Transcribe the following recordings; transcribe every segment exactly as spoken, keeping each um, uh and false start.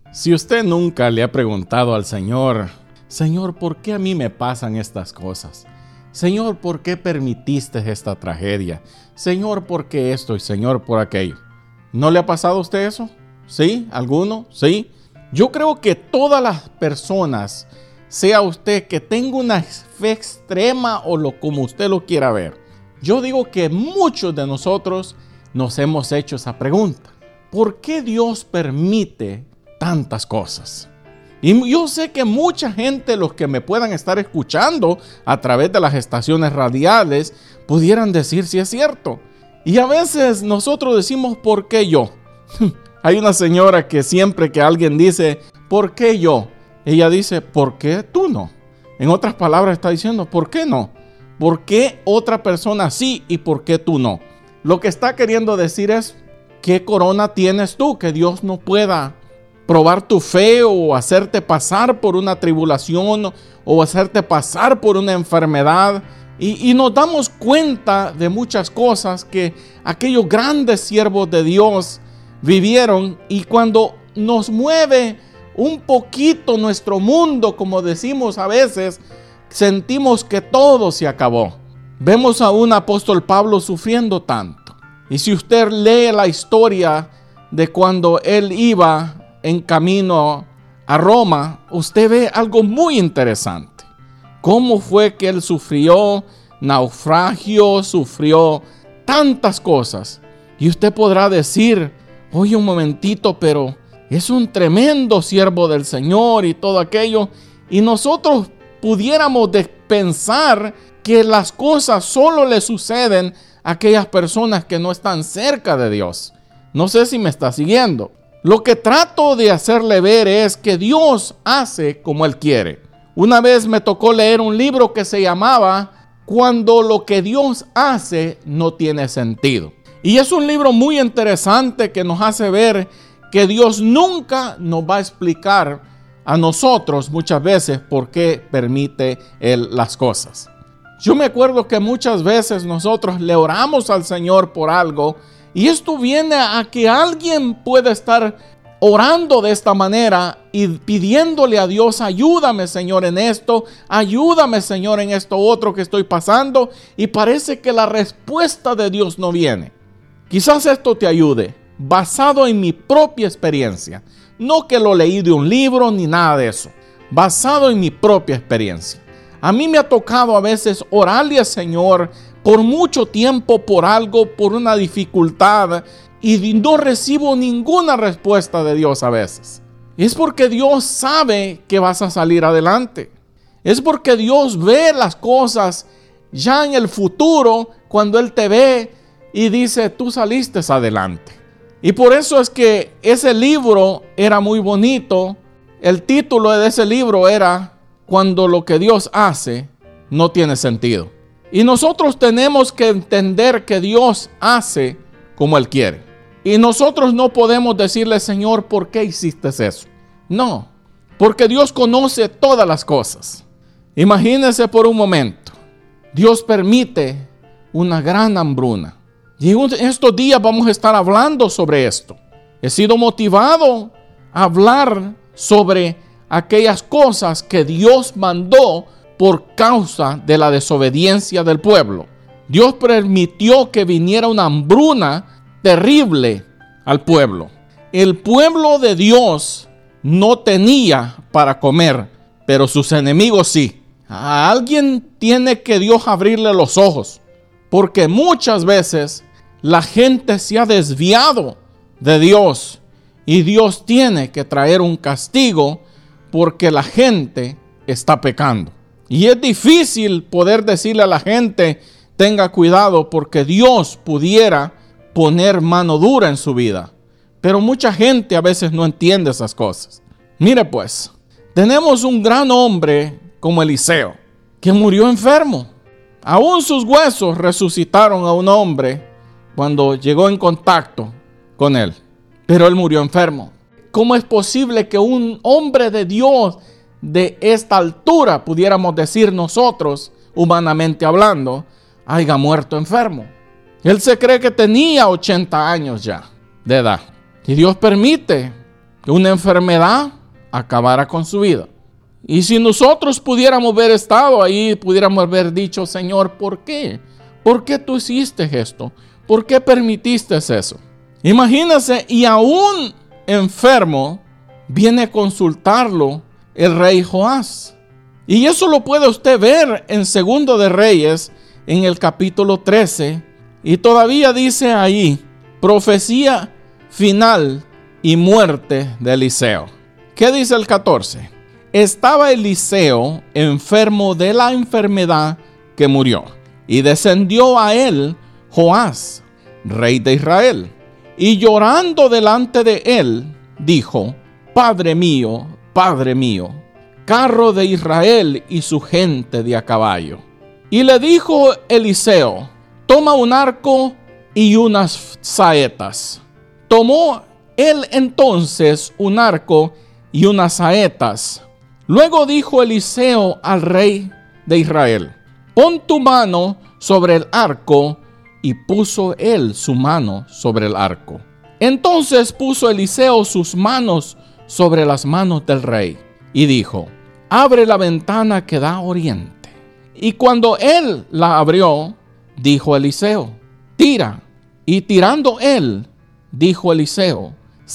Si usted nunca le ha preguntado al Señor, Señor, ¿por qué a mí me pasan estas cosas? Señor, ¿por qué permitiste esta tragedia? Señor, ¿por qué esto? Y Señor, ¿por aquello? ¿No le ha pasado a usted eso? ¿Sí? ¿Alguno? ¿Sí? Yo creo que todas las personas, sea usted que tenga una fe extrema o lo, como usted lo quiera ver, yo digo que muchos de nosotros nos hemos hecho esa pregunta. ¿Por qué Dios permite tantas cosas? Y yo sé que mucha gente, los que me puedan estar escuchando a través de las estaciones radiales, pudieran decir si es cierto. Y a veces nosotros decimos, ¿por qué yo? Hay una señora que siempre que alguien dice, ¿por qué yo? Ella dice, ¿por qué tú no? En otras palabras está diciendo, ¿por qué no? ¿Por qué otra persona sí y por qué tú no? Lo que está queriendo decir es, ¿qué corona tienes tú que Dios no pueda probar tu fe o hacerte pasar por una tribulación o hacerte pasar por una enfermedad? Y, y nos damos cuenta de muchas cosas que aquellos grandes siervos de Dios vivieron, y cuando nos mueve un poquito nuestro mundo, como decimos a veces, sentimos que todo se acabó. Vemos a un apóstol Pablo sufriendo tanto. Y si usted lee la historia de cuando él iba en camino a Roma, usted ve algo muy interesante. Cómo fue que él sufrió naufragio, sufrió tantas cosas. Y usted podrá decir, oye un momentito, pero es un tremendo siervo del Señor y todo aquello. Y nosotros pudiéramos pensar que las cosas solo le suceden a aquellas personas que no están cerca de Dios. No sé si me está siguiendo. Lo que trato de hacerle ver es que Dios hace como Él quiere. Una vez me tocó leer un libro que se llamaba Cuando lo que Dios hace no tiene sentido. Y es un libro muy interesante que nos hace ver que Dios nunca nos va a explicar a nosotros muchas veces por qué permite Él las cosas. Yo me acuerdo que muchas veces nosotros le oramos al Señor por algo, y esto viene a que alguien puede estar orando de esta manera y pidiéndole a Dios, ayúdame Señor en esto, ayúdame Señor en esto otro que estoy pasando, y parece que la respuesta de Dios no viene. Quizás esto te ayude, basado en mi propia experiencia. No que lo leí de un libro ni nada de eso. Basado en mi propia experiencia. A mí me ha tocado a veces orarle al Señor por mucho tiempo por algo, por una dificultad, y no recibo ninguna respuesta de Dios a veces. Es porque Dios sabe que vas a salir adelante. Es porque Dios ve las cosas ya en el futuro, cuando Él te ve y dice, tú saliste adelante. Y por eso es que ese libro era muy bonito. El título de ese libro era Cuando lo que Dios hace no tiene sentido. Y nosotros tenemos que entender que Dios hace como Él quiere. Y nosotros no podemos decirle, Señor, ¿por qué hiciste eso? No, porque Dios conoce todas las cosas. Imagínense por un momento, Dios permite una gran hambruna. Y en estos días vamos a estar hablando sobre esto. He sido motivado a hablar sobre aquellas cosas que Dios mandó por causa de la desobediencia del pueblo. Dios permitió que viniera una hambruna terrible al pueblo. El pueblo de Dios no tenía para comer, pero sus enemigos sí. A alguien tiene que Dios abrirle los ojos, porque muchas veces la gente se ha desviado de Dios y Dios tiene que traer un castigo porque la gente está pecando. Y es difícil poder decirle a la gente, tenga cuidado, porque Dios pudiera poner mano dura en su vida. Pero mucha gente a veces no entiende esas cosas. Mire pues, tenemos un gran hombre como Eliseo, que murió enfermo. Aún sus huesos resucitaron a un hombre cuando llegó en contacto con él. Pero él murió enfermo. ¿Cómo es posible que un hombre de Dios de esta altura, pudiéramos decir nosotros, humanamente hablando, haya muerto enfermo? Él se cree que tenía ochenta años ya de edad. Y Dios permite que una enfermedad acabara con su vida. Y si nosotros pudiéramos haber estado ahí, pudiéramos haber dicho: Señor, ¿por qué? ¿Por qué tú hiciste esto? ¿Por qué permitiste eso? Imagínense, y aún enfermo, viene a consultarlo el rey Joás. Y eso lo puede usted ver en Segundo de Reyes, en el capítulo trece. Y todavía dice ahí: profecía final y muerte de Eliseo. ¿Qué dice el catorce? Estaba Eliseo enfermo de la enfermedad que murió. Y descendió a él Joás, rey de Israel. Y llorando delante de él, dijo: Padre mío, Padre mío, carro de Israel y su gente de a caballo. Y le dijo Eliseo: toma un arco y unas saetas. Tomó él entonces un arco y unas saetas. Luego dijo Eliseo al rey de Israel: pon tu mano sobre el arco. Y puso él su mano sobre el arco. Entonces puso Eliseo sus manos sobre las manos del rey y dijo: abre la ventana que da a oriente. Y cuando él la abrió, dijo Eliseo: tira. Y tirando él, dijo Eliseo: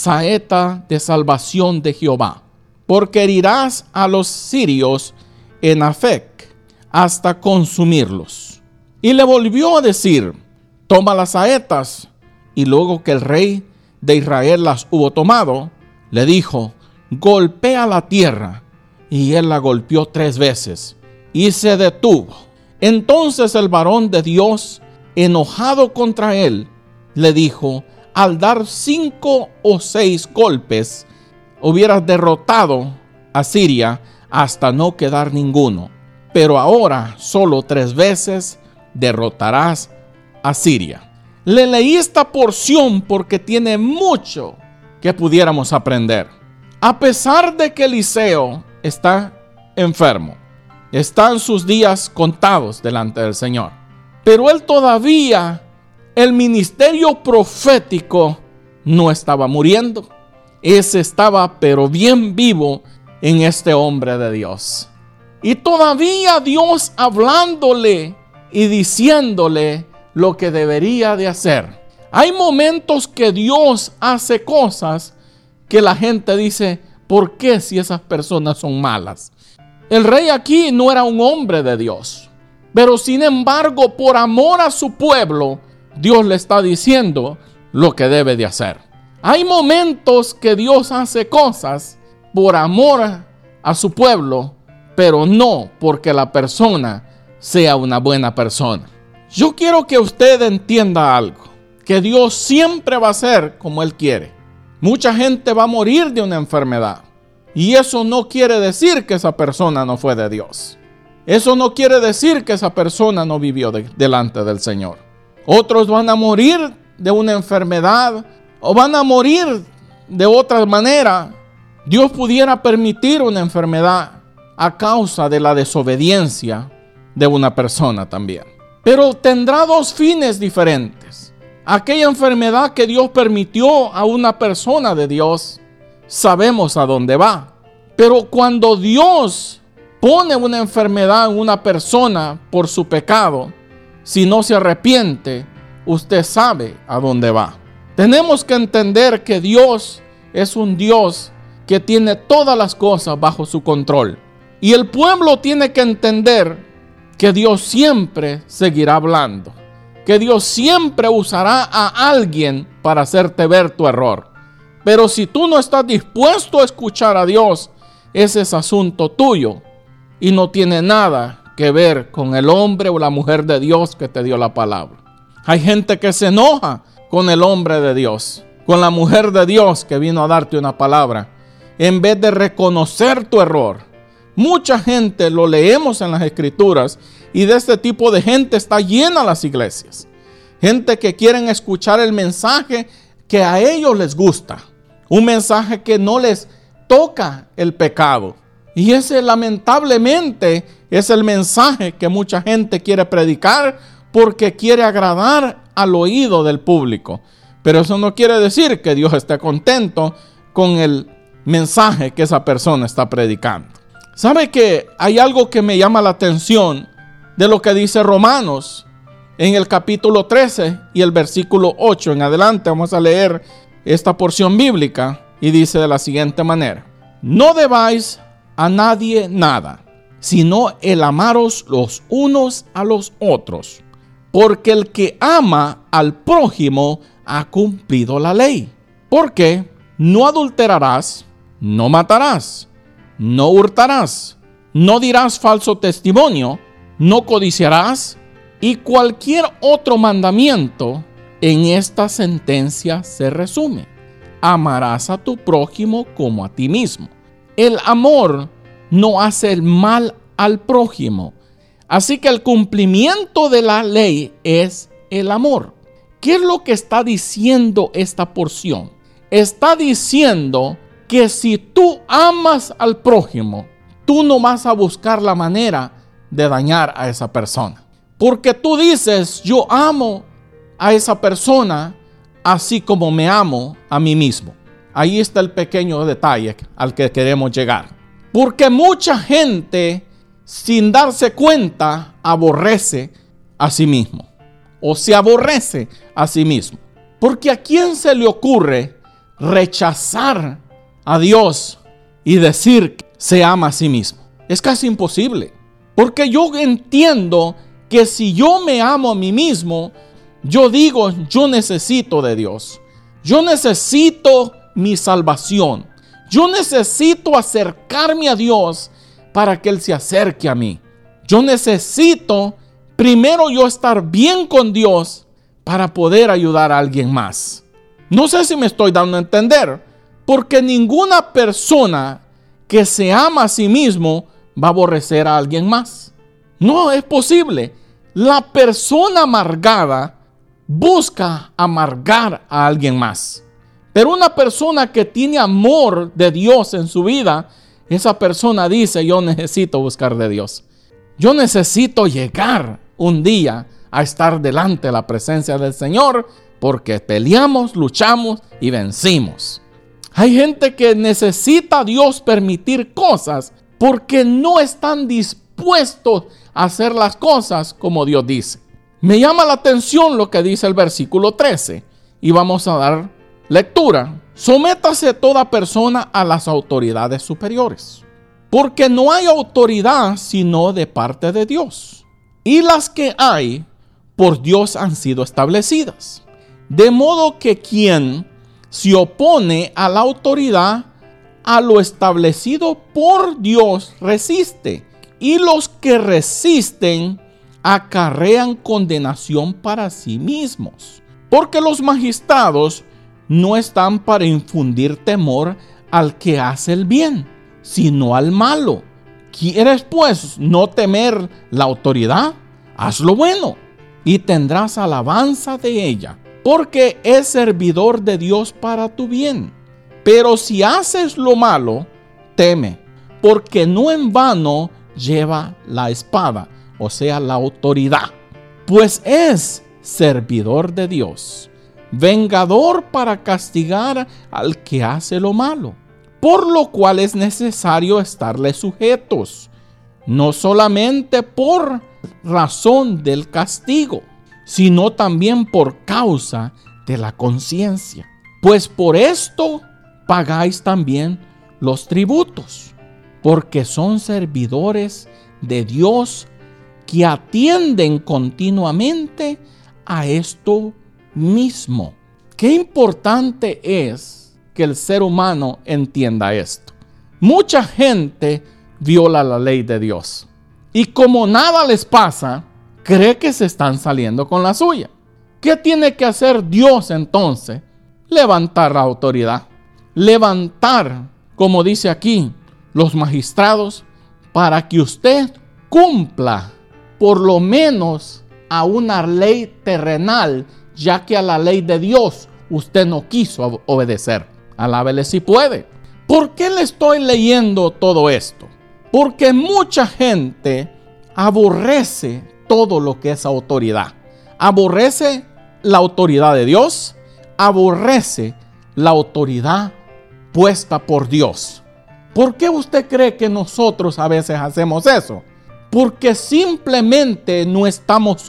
saeta de salvación de Jehová, porque herirás a los sirios en Afec hasta consumirlos. Y le volvió a decir: toma las saetas. Y luego que el rey de Israel las hubo tomado, le dijo: golpea la tierra. Y él la golpeó tres veces y se detuvo. Entonces el varón de Dios, enojado contra él, le dijo: al dar cinco o seis golpes, hubieras derrotado a Siria hasta no quedar ninguno. Pero ahora solo tres veces derrotarás a Siria. Le leí esta porción porque tiene mucho que pudiéramos aprender. A pesar de que Eliseo está enfermo, están sus días contados delante del Señor, pero él todavía, el ministerio profético no estaba muriendo. Ese estaba pero bien vivo en este hombre de Dios. Y todavía Dios hablándole y diciéndole lo que debería de hacer. Hay momentos que Dios hace cosas que la gente dice: ¿por qué si esas personas son malas? El rey aquí no era un hombre de Dios, pero sin embargo, por amor a su pueblo, Dios le está diciendo lo que debe de hacer. Hay momentos que Dios hace cosas por amor a su pueblo, pero no porque la persona sea una buena persona. Yo quiero que usted entienda algo, que Dios siempre va a ser como Él quiere. Mucha gente va a morir de una enfermedad, y eso no quiere decir que esa persona no fue de Dios. Eso no quiere decir que esa persona no vivió de, delante del Señor. Otros van a morir de una enfermedad o van a morir de otra manera. Dios pudiera permitir una enfermedad a causa de la desobediencia de una persona también. Pero tendrá dos fines diferentes. Aquella enfermedad que Dios permitió a una persona de Dios, sabemos a dónde va. Pero cuando Dios pone una enfermedad en una persona por su pecado, si no se arrepiente, usted sabe a dónde va. Tenemos que entender que Dios es un Dios que tiene todas las cosas bajo su control. Y el pueblo tiene que entender que Dios siempre seguirá hablando, que Dios siempre usará a alguien para hacerte ver tu error. Pero si tú no estás dispuesto a escuchar a Dios, ese es asunto tuyo y no tiene nada que ver con el hombre o la mujer de Dios que te dio la palabra. Hay gente que se enoja con el hombre de Dios, con la mujer de Dios que vino a darte una palabra, en vez de reconocer tu error. Mucha gente, lo leemos en las escrituras, y de este tipo de gente está llena las iglesias. Gente que quieren escuchar el mensaje que a ellos les gusta, un mensaje que no les toca el pecado. Y ese lamentablemente es el mensaje que mucha gente quiere predicar porque quiere agradar al oído del público. Pero eso no quiere decir que Dios esté contento con el mensaje que esa persona está predicando. ¿Sabe que hay algo que me llama la atención de lo que dice Romanos en el capítulo trece y el versículo ocho en adelante? Vamos a leer esta porción bíblica y dice de la siguiente manera: no debáis a nadie nada, sino el amaros los unos a los otros, porque el que ama al prójimo ha cumplido la ley. Porque no adulterarás, no matarás, no hurtarás, no dirás falso testimonio, no codiciarás, y cualquier otro mandamiento en esta sentencia se resume: amarás a tu prójimo como a ti mismo. El amor no hace el mal al prójimo, así que el cumplimiento de la ley es el amor. ¿Qué es lo que está diciendo esta porción? Está diciendo que si tú amas al prójimo, tú no vas a buscar la manera de dañar a esa persona. Porque tú dices, yo amo a esa persona así como me amo a mí mismo. Ahí está el pequeño detalle al que queremos llegar. Porque mucha gente, sin darse cuenta, aborrece a sí mismo. O se aborrece a sí mismo. Porque ¿a quién se le ocurre rechazar a Dios y decir que se ama a sí mismo? Es casi imposible. Porque yo entiendo que si yo me amo a mí mismo, yo digo, yo necesito de Dios. Yo necesito mi salvación. Yo necesito acercarme a Dios para que Él se acerque a mí. Yo necesito primero yo estar bien con Dios para poder ayudar a alguien más. No sé si me estoy dando a entender, porque ninguna persona que se ama a sí mismo va a aborrecer a alguien más. No es posible. La persona amargada busca amargar a alguien más. Pero una persona que tiene amor de Dios en su vida, esa persona dice, yo necesito buscar de Dios. Yo necesito llegar un día a estar delante de la presencia del Señor, porque peleamos, luchamos y vencimos. Hay gente que necesita a Dios permitir cosas porque no están dispuestos a hacer las cosas como Dios dice. Me llama la atención lo que dice el versículo trece y vamos a dar lectura. Sométase toda persona a las autoridades superiores, porque no hay autoridad sino de parte de Dios, y las que hay por Dios han sido establecidas. De modo que quien se opone a la autoridad, a lo establecido por Dios resiste, y los que resisten acarrean condenación para sí mismos, porque los magistrados no están para infundir temor al que hace el bien, sino al malo. ¿Quieres pues no temer la autoridad? Haz lo bueno y tendrás alabanza de ella, porque es servidor de Dios para tu bien. Pero si haces lo malo, teme, porque no en vano lleva la espada, o sea, la autoridad, pues es servidor de Dios, vengador para castigar al que hace lo malo, por lo cual es necesario estarle sujetos, no solamente por razón del castigo, sino también por causa de la conciencia, pues por esto pagáis también los tributos, porque son servidores de Dios que atienden continuamente a esto mismo. Qué importante es que el ser humano entienda esto. Mucha gente viola la ley de Dios y como nada les pasa, cree que se están saliendo con la suya. ¿Qué tiene que hacer Dios entonces? Levantar la autoridad. Levantar, como dice aquí, los magistrados para que usted cumpla por lo menos a una ley terrenal, ya que a la ley de Dios usted no quiso obedecer. Alábele si puede. ¿Por qué le estoy leyendo todo esto? Porque mucha gente aborrece todo lo que es autoridad. Aborrece la autoridad de Dios, aborrece la autoridad puesta por Dios. ¿Por qué usted cree que nosotros a veces hacemos eso? Porque simplemente no estamos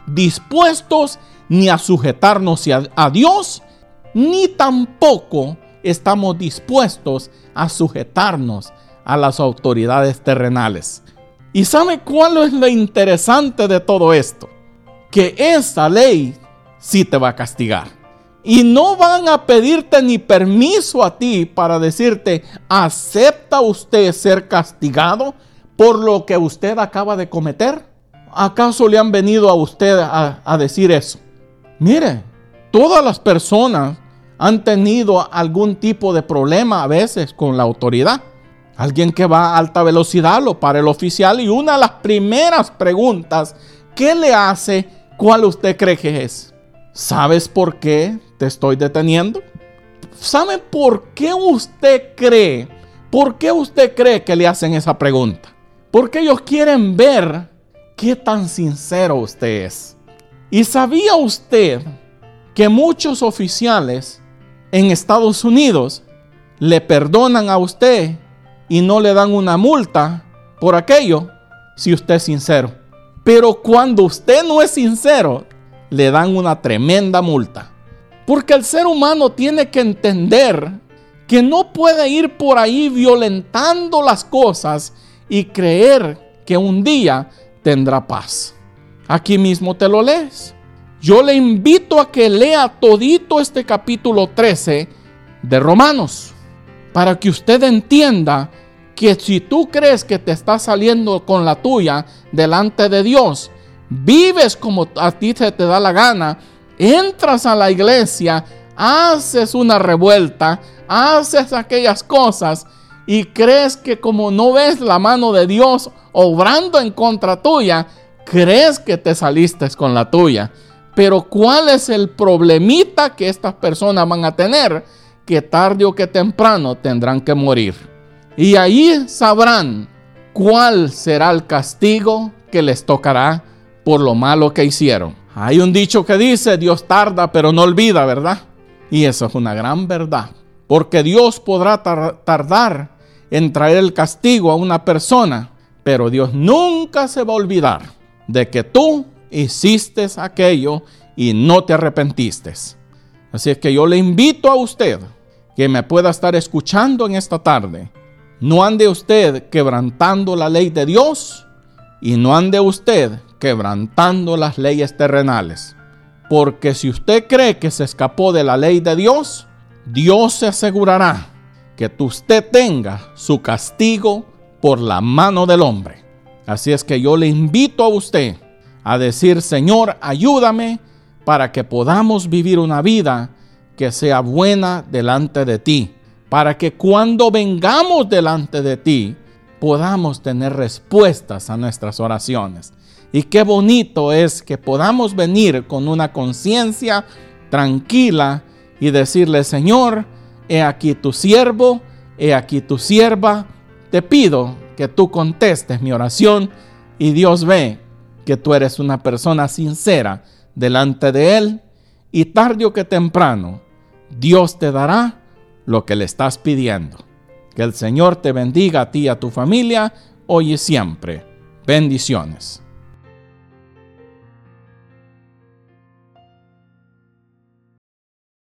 dispuestos ni a sujetarnos a Dios, ni tampoco estamos dispuestos a sujetarnos a las autoridades terrenales. ¿Y sabe cuál es lo interesante de todo esto? Que esa ley sí te va a castigar. Y no van a pedirte ni permiso a ti para decirte, ¿acepta usted ser castigado por lo que usted acaba de cometer? ¿Acaso le han venido a usted a, a decir eso? Mire, todas las personas han tenido algún tipo de problema a veces con la autoridad. Alguien que va a alta velocidad lo para el oficial y una de las primeras preguntas que le hace, ¿cuál usted cree que es? ¿Sabes por qué te estoy deteniendo? ¿Sabe por qué usted cree? ¿Por qué usted cree que le hacen esa pregunta? Porque ellos quieren ver qué tan sincero usted es. ¿Y sabía usted que muchos oficiales en Estados Unidos le perdonan a usted y no le dan una multa por aquello si usted es sincero? Pero cuando usted no es sincero, le dan una tremenda multa. Porque el ser humano tiene que entender que no puede ir por ahí violentando las cosas y creer que un día tendrá paz. Aquí mismo te lo lees. Yo le invito a que lea todito este capítulo trece de Romanos, para que usted entienda que si tú crees que te estás saliendo con la tuya delante de Dios, vives como a ti se te da la gana, entras a la iglesia, haces una revuelta, haces aquellas cosas y crees que como no ves la mano de Dios obrando en contra tuya, crees que te saliste con la tuya. Pero ¿cuál es el problemita que estas personas van a tener? Que tarde o que temprano tendrán que morir. Y ahí sabrán cuál será el castigo que les tocará por lo malo que hicieron. Hay un dicho que dice, Dios tarda pero no olvida, ¿verdad? Y eso es una gran verdad. Porque Dios podrá tar- tardar en traer el castigo a una persona, pero Dios nunca se va a olvidar de que tú hiciste aquello y no te arrepentiste. Así es que yo le invito a usted que me pueda estar escuchando en esta tarde. No ande usted quebrantando la ley de Dios y no ande usted quebrantando las leyes terrenales. Porque si usted cree que se escapó de la ley de Dios, Dios se asegurará que usted tenga su castigo por la mano del hombre. Así es que yo le invito a usted a decir, Señor, ayúdame para que podamos vivir una vida que sea buena delante de ti, para que cuando vengamos delante de ti podamos tener respuestas a nuestras oraciones. Y qué bonito es que podamos venir con una conciencia tranquila y decirle, Señor, he aquí tu siervo, he aquí tu sierva, te pido que tú contestes mi oración y Dios ve que tú eres una persona sincera delante de Él y tarde o que temprano Dios te dará lo que le estás pidiendo. Que el Señor te bendiga a ti y a tu familia hoy y siempre. Bendiciones.